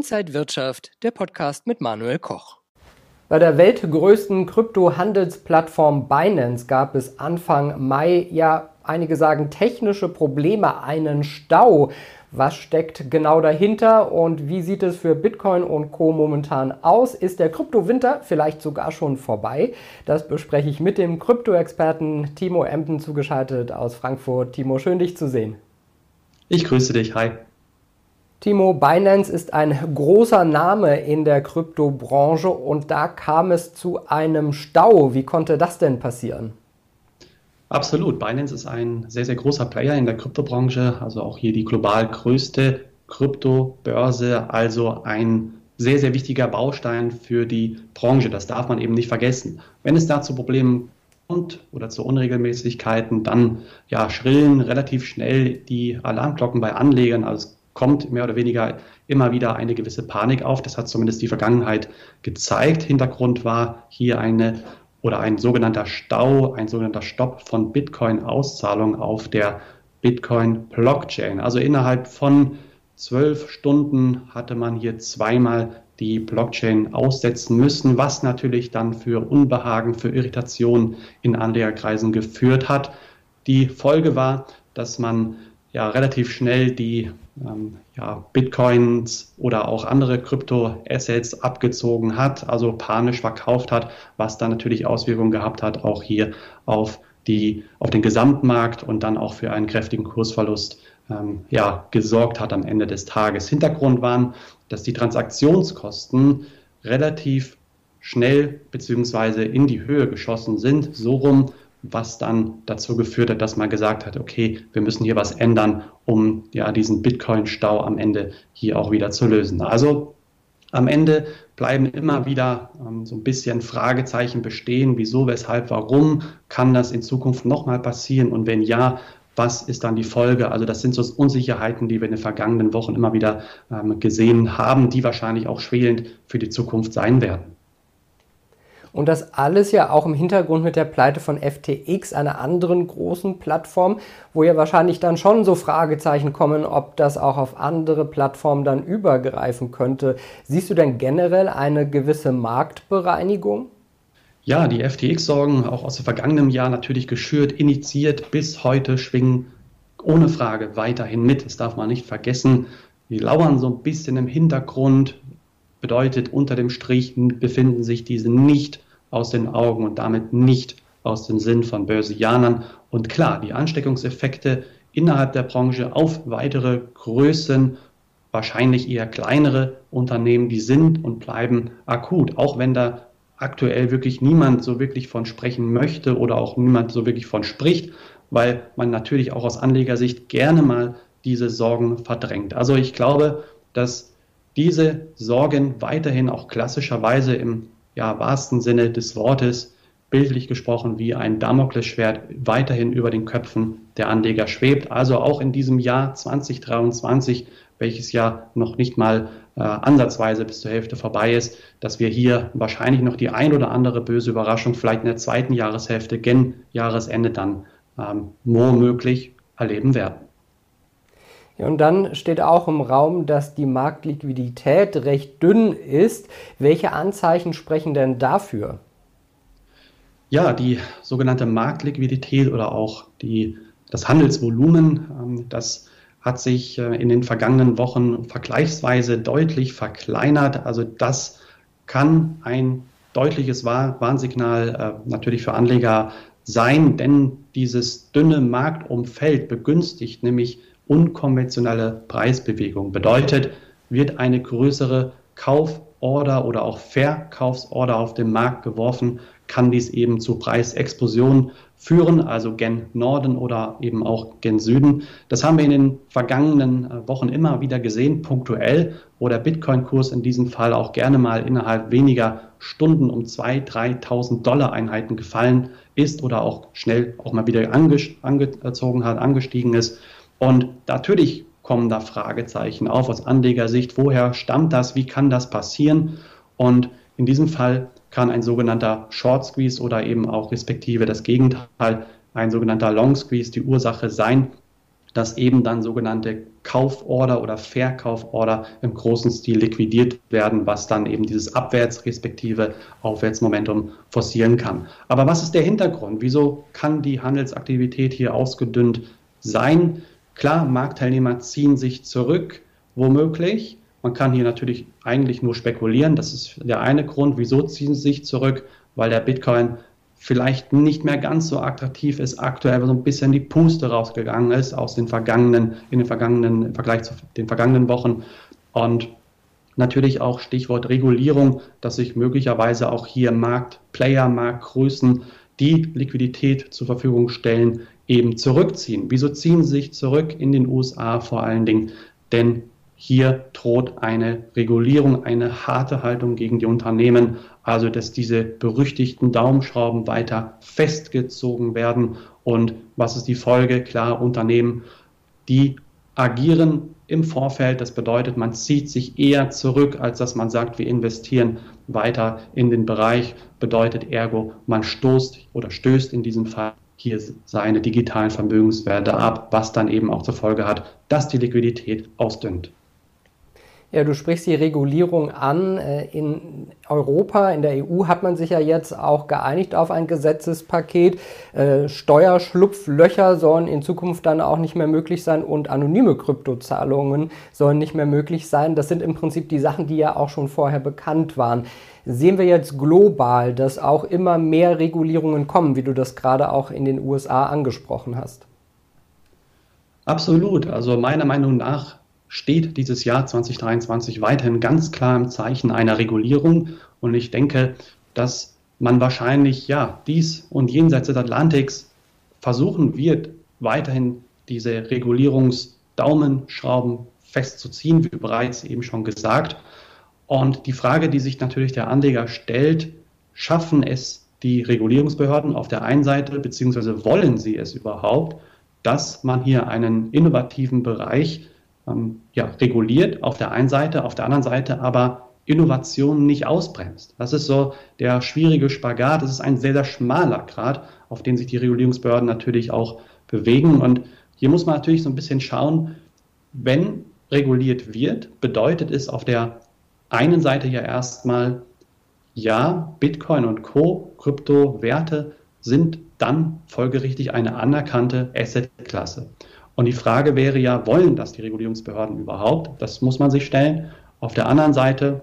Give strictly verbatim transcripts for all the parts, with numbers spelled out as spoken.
Inside Wirtschaft, der Podcast mit Manuel Koch. Bei der weltgrößten Krypto-Handelsplattform Binance gab es Anfang Mai, ja, einige sagen technische Probleme, einen Stau. Was steckt genau dahinter und wie sieht es für Bitcoin und Co. momentan aus? Ist der Kryptowinter vielleicht sogar schon vorbei? Das bespreche ich mit dem Krypto-Experten Timo Emden, zugeschaltet aus Frankfurt. Timo, schön dich zu sehen. Ich grüße dich, hi. Timo, Binance ist ein großer Name in der Kryptobranche und da kam es zu einem Stau. Wie konnte das denn passieren? Absolut. Binance ist ein sehr, sehr großer Player in der Kryptobranche, also auch hier die global größte Kryptobörse, also ein sehr, sehr wichtiger Baustein für die Branche. Das darf man eben nicht vergessen. Wenn es da zu Problemen kommt oder zu Unregelmäßigkeiten, dann ja, schrillen relativ schnell die Alarmglocken bei Anlegern. Also es kommt mehr oder weniger immer wieder eine gewisse Panik auf. Das hat zumindest die Vergangenheit gezeigt. Hintergrund war hier eine oder ein sogenannter Stau, ein sogenannter Stopp von Bitcoin-Auszahlung auf der Bitcoin-Blockchain. Also innerhalb von zwölf Stunden hatte man hier zweimal die Blockchain aussetzen müssen, was natürlich dann für Unbehagen, für Irritation in Anlegerkreisen geführt hat. Die Folge war, dass man ja relativ schnell die ähm, ja, Bitcoins oder auch andere Kryptoassets abgezogen hat, also panisch verkauft hat, was dann natürlich Auswirkungen gehabt hat, auch hier auf die, auf den Gesamtmarkt und dann auch für einen kräftigen Kursverlust ähm, ja, gesorgt hat am Ende des Tages. Hintergrund waren, dass die Transaktionskosten relativ schnell bzw. in die Höhe geschossen sind, so rum, was dann dazu geführt hat, dass man gesagt hat, okay, wir müssen hier was ändern, um ja diesen Bitcoin-Stau am Ende hier auch wieder zu lösen. Also am Ende bleiben immer wieder ähm, so ein bisschen Fragezeichen bestehen, wieso, weshalb, warum kann das in Zukunft nochmal passieren und wenn ja, was ist dann die Folge? Also das sind so Unsicherheiten, die wir in den vergangenen Wochen immer wieder ähm, gesehen haben, die wahrscheinlich auch schwelend für die Zukunft sein werden. Und das alles ja auch im Hintergrund mit der Pleite von F T X, einer anderen großen Plattform, wo ja wahrscheinlich dann schon so Fragezeichen kommen, ob das auch auf andere Plattformen dann übergreifen könnte. Siehst du denn generell eine gewisse Marktbereinigung? Ja, die F T X-Sorgen, auch aus dem vergangenen Jahr natürlich geschürt, initiiert, bis heute schwingen ohne Frage weiterhin mit. Das darf man nicht vergessen. Die lauern so ein bisschen im Hintergrund. Bedeutet, unter dem Strich befinden sich diese nicht aus den Augen und damit nicht aus dem Sinn von Börsianern. Und klar, die Ansteckungseffekte innerhalb der Branche auf weitere Größen, wahrscheinlich eher kleinere Unternehmen, die sind und bleiben akut, auch wenn da aktuell wirklich niemand so wirklich von sprechen möchte oder auch niemand so wirklich von spricht, weil man natürlich auch aus Anlegersicht gerne mal diese Sorgen verdrängt. Also ich glaube, dass diese Sorgen weiterhin auch klassischerweise im ja, wahrsten Sinne des Wortes, bildlich gesprochen wie ein Damoklesschwert, weiterhin über den Köpfen der Anleger schwebt. Also auch in diesem Jahr zwanzig dreiundzwanzig, welches ja noch nicht mal äh, ansatzweise bis zur Hälfte vorbei ist, dass wir hier wahrscheinlich noch die ein oder andere böse Überraschung vielleicht in der zweiten Jahreshälfte gen Jahresende dann ähm, womöglich erleben werden. Ja, und dann steht auch im Raum, dass die Marktliquidität recht dünn ist. Welche Anzeichen sprechen denn dafür? Ja, die sogenannte Marktliquidität oder auch die, das Handelsvolumen, das hat sich in den vergangenen Wochen vergleichsweise deutlich verkleinert. Also das kann ein deutliches Warnsignal natürlich für Anleger sein, denn dieses dünne Marktumfeld begünstigt nämlich unkonventionelle Preisbewegung. Bedeutet, wird eine größere Kauforder oder auch Verkaufsorder auf den Markt geworfen, kann dies eben zu Preisexplosionen führen, also gen Norden oder eben auch gen Süden. Das haben wir in den vergangenen Wochen immer wieder gesehen, punktuell, wo der Bitcoin-Kurs in diesem Fall auch gerne mal innerhalb weniger Stunden um zweitausend, dreitausend Dollar Einheiten gefallen ist oder auch schnell auch mal wieder angezogen hat, angestiegen ist. Und natürlich kommen da Fragezeichen auf aus Anlegersicht. Woher stammt das? Wie kann das passieren? Und in diesem Fall kann ein sogenannter Short Squeeze oder eben auch respektive das Gegenteil, ein sogenannter Long Squeeze die Ursache sein. dass eben dann sogenannte Kauforder oder Verkauforder im großen Stil liquidiert werden, was dann eben dieses Abwärts- respektive Aufwärtsmomentum forcieren kann. Aber was ist der Hintergrund? Wieso kann die Handelsaktivität hier ausgedünnt sein? Klar, Marktteilnehmer ziehen sich zurück, womöglich. Man kann hier natürlich eigentlich nur spekulieren. Das ist der eine Grund. Wieso ziehen sie sich zurück? Weil der Bitcoin vielleicht nicht mehr ganz so attraktiv ist, aktuell so ein bisschen die Puste rausgegangen ist aus den vergangenen, in den vergangenen, im Vergleich zu den vergangenen Wochen. Und natürlich auch Stichwort Regulierung, dass sich möglicherweise auch hier Marktplayer, Marktgrößen, die Liquidität zur Verfügung stellen, eben zurückziehen. Wieso ziehen sie sich zurück in den U S A vor allen Dingen? Denn hier droht eine Regulierung, eine harte Haltung gegen die Unternehmen, also dass diese berüchtigten Daumenschrauben weiter festgezogen werden. Und was ist die Folge? Klar, Unternehmen, die agieren im Vorfeld. Das bedeutet, man zieht sich eher zurück, als dass man sagt, wir investieren weiter in den Bereich. Bedeutet ergo, man stoßt oder stößt in diesem Fall hier seine digitalen Vermögenswerte ab, was dann eben auch zur Folge hat, dass die Liquidität ausdünnt. Ja, du sprichst die Regulierung an. In Europa, in der E U hat man sich ja jetzt auch geeinigt auf ein Gesetzespaket. Steuerschlupflöcher sollen in Zukunft dann auch nicht mehr möglich sein und anonyme Kryptozahlungen sollen nicht mehr möglich sein. Das sind im Prinzip die Sachen, die ja auch schon vorher bekannt waren. Sehen wir jetzt global, dass auch immer mehr Regulierungen kommen, wie du das gerade auch in den U S A angesprochen hast? Absolut. Also meiner Meinung nach steht dieses Jahr zwanzig dreiundzwanzig weiterhin ganz klar im Zeichen einer Regulierung. Und ich denke, dass man wahrscheinlich ja dies und jenseits des Atlantiks versuchen wird, weiterhin diese Regulierungsdaumenschrauben festzuziehen, wie bereits eben schon gesagt. Und die Frage, die sich natürlich der Anleger stellt, schaffen es die Regulierungsbehörden auf der einen Seite, beziehungsweise wollen sie es überhaupt, dass man hier einen innovativen Bereich ja, reguliert auf der einen Seite, auf der anderen Seite aber Innovationen nicht ausbremst. Das ist so der schwierige Spagat. Das ist ein sehr, sehr schmaler Grat, auf den sich die Regulierungsbehörden natürlich auch bewegen. Und hier muss man natürlich so ein bisschen schauen, wenn reguliert wird, bedeutet es auf der einen Seite ja erstmal, ja, Bitcoin und Co., Kryptowerte sind dann folgerichtig eine anerkannte Assetklasse. Und die Frage wäre ja, wollen das die Regulierungsbehörden überhaupt? Das muss man sich stellen. Auf der anderen Seite,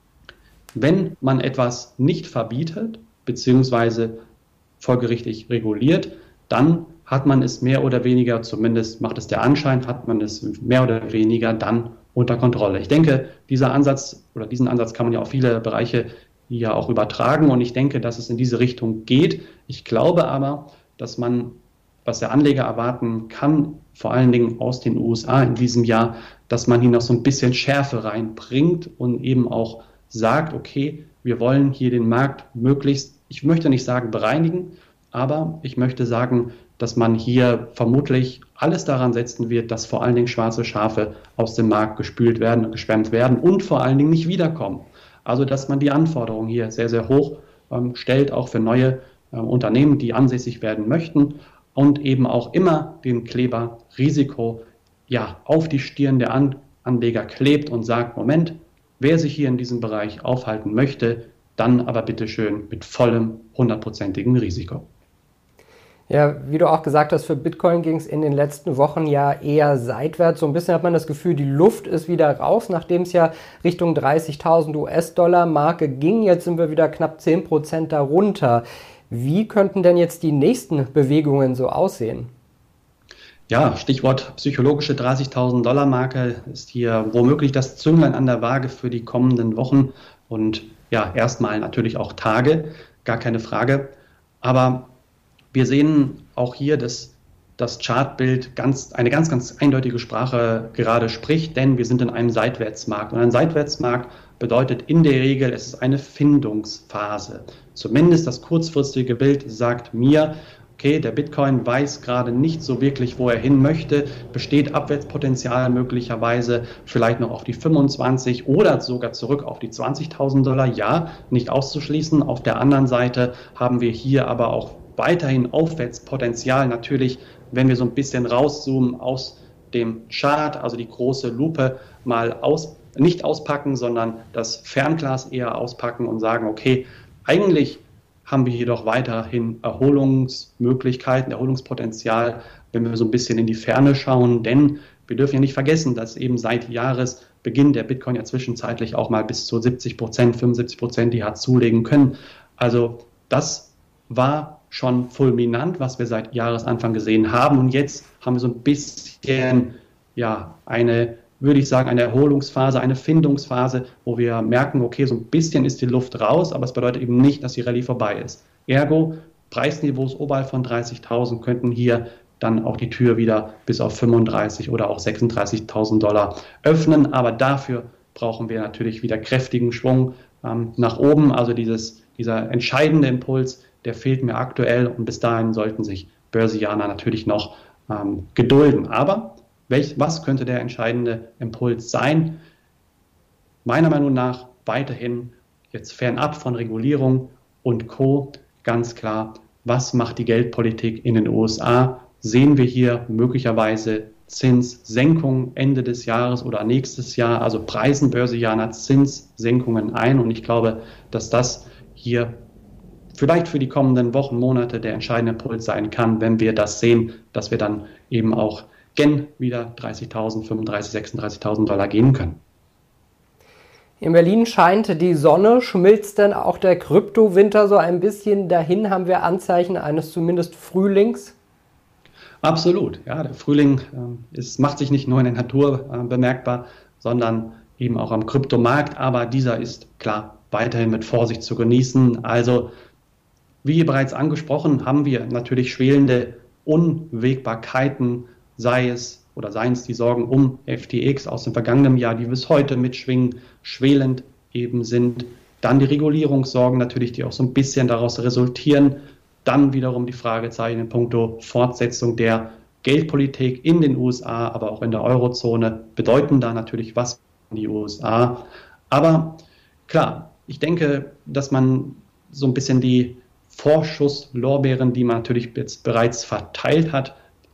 wenn man etwas nicht verbietet, beziehungsweise folgerichtig reguliert, dann hat man es mehr oder weniger, zumindest macht es der Anschein, hat man es mehr oder weniger dann unter Kontrolle. Ich denke, dieser Ansatz oder diesen Ansatz kann man ja auf viele Bereiche ja auch übertragen und ich denke, dass es in diese Richtung geht. Ich glaube aber, dass man, was der Anleger erwarten kann, vor allen Dingen aus den U S A in diesem Jahr, dass man hier noch so ein bisschen Schärfe reinbringt und eben auch sagt, okay, wir wollen hier den Markt möglichst, ich möchte nicht sagen bereinigen, aber ich möchte sagen, dass man hier vermutlich alles daran setzen wird, dass vor allen Dingen schwarze Schafe aus dem Markt gespült werden und geschwemmt werden und vor allen Dingen nicht wiederkommen. Also dass man die Anforderungen hier sehr, sehr hoch ähm, stellt, auch für neue äh, Unternehmen, die ansässig werden möchten. Und eben auch immer den Kleber Risiko ja, auf die Stirn der An- Anleger klebt und sagt, Moment, wer sich hier in diesem Bereich aufhalten möchte, dann aber bitteschön mit vollem hundertprozentigen Risiko. Ja, wie du auch gesagt hast, für Bitcoin ging es in den letzten Wochen ja eher seitwärts. So ein bisschen hat man das Gefühl, die Luft ist wieder raus, nachdem es ja Richtung dreißigtausend US-Dollar Marke ging. Jetzt sind wir wieder knapp zehn Prozent darunter. Wie könnten denn jetzt die nächsten Bewegungen so aussehen? Ja, Stichwort psychologische dreißigtausend Dollar Marke ist hier womöglich das Zünglein an der Waage für die kommenden Wochen und ja, erstmal natürlich auch Tage, gar keine Frage. Aber wir sehen auch hier, dass das Chartbild ganz, eine ganz, ganz eindeutige Sprache gerade spricht, denn wir sind in einem Seitwärtsmarkt. Und ein Seitwärtsmarkt bedeutet in der Regel, es ist eine Findungsphase. Zumindest das kurzfristige Bild sagt mir, okay, der Bitcoin weiß gerade nicht so wirklich, wo er hin möchte, besteht Abwärtspotenzial möglicherweise vielleicht noch auf die fünfundzwanzig oder sogar zurück auf die zwanzigtausend Dollar. Ja, nicht auszuschließen. Auf der anderen Seite haben wir hier aber auch weiterhin Aufwärtspotenzial. Natürlich, wenn wir so ein bisschen rauszoomen aus In Berlin scheint die Sonne. Schmilzt denn auch der Kryptowinter so ein bisschen dahin? Haben wir Anzeichen eines zumindest Frühlings? Absolut. Ja, der Frühling äh, ist, macht sich nicht nur in der Natur äh, bemerkbar, sondern eben auch am Kryptomarkt. Aber dieser ist klar weiterhin mit Vorsicht zu genießen. Also wie bereits angesprochen, haben wir natürlich schwelende Unwägbarkeiten, sei es oder seien es die Sorgen um F T X aus dem vergangenen Jahr, die bis heute mitschwingen, schwelend eben sind. Dann die Regulierungssorgen natürlich, die auch so ein bisschen daraus resultieren. Dann wiederum die Fragezeichen in puncto Fortsetzung der Geldpolitik in den U S A, aber auch in der Eurozone, bedeuten da natürlich was in die U S A. Aber klar, ich denke, dass man so ein bisschen die Vorschusslorbeeren, die man natürlich jetzt bereits verteilt hat,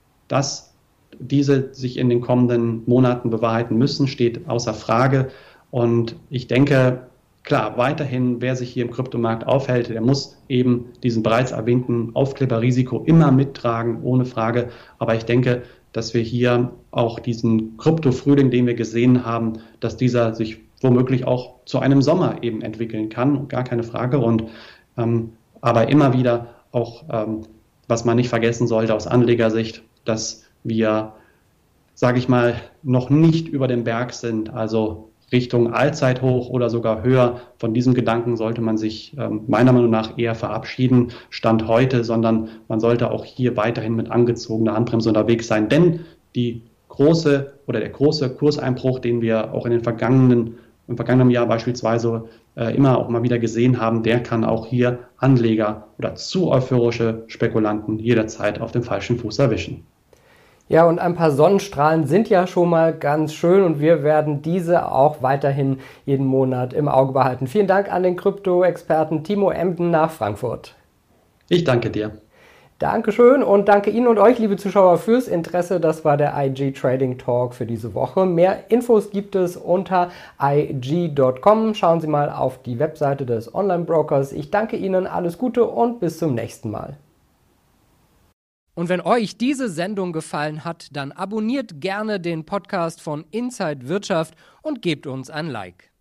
dass diese sich in den kommenden Monaten bewahrheiten müssen, steht außer Frage. Und ich denke, klar, weiterhin, wer sich hier im Kryptomarkt aufhält, der muss eben diesen bereits erwähnten Aufkleberrisiko immer mittragen, ohne Frage. Aber ich denke, dass wir hier auch diesen Krypto-Frühling, den wir gesehen haben, dass dieser sich womöglich auch zu einem Sommer eben entwickeln kann, gar keine Frage. Und ähm, aber immer wieder auch, ähm, was man nicht vergessen sollte aus Anlegersicht, dass wir, sage ich mal, noch nicht über dem Berg sind, also Richtung Allzeithoch oder sogar höher. Von diesem Gedanken sollte man sich ähm, meiner Meinung nach eher verabschieden, Stand heute, sondern man sollte auch hier weiterhin mit angezogener Handbremse unterwegs sein. Denn die große oder der große Kurseinbruch, den wir auch in den vergangenen, im vergangenen Jahr beispielsweise äh, immer auch mal wieder gesehen haben, der kann auch hier Anleger oder zu euphorische Spekulanten jederzeit auf dem falschen Fuß erwischen. Ja, und ein paar Sonnenstrahlen sind ja schon mal ganz schön und wir werden diese auch weiterhin jeden Monat im Auge behalten. Vielen Dank an den Krypto-Experten Timo Emden nach Frankfurt. Ich danke dir. Dankeschön und danke Ihnen und euch, liebe Zuschauer, fürs Interesse. Das war der I G Trading Talk für diese Woche. Mehr Infos gibt es unter i g punkt com. Schauen Sie mal auf die Webseite des Online-Brokers. Ich danke Ihnen, alles Gute und bis zum nächsten Mal. Und wenn euch diese Sendung gefallen hat, dann abonniert gerne den Podcast von Inside Wirtschaft und gebt uns ein Like.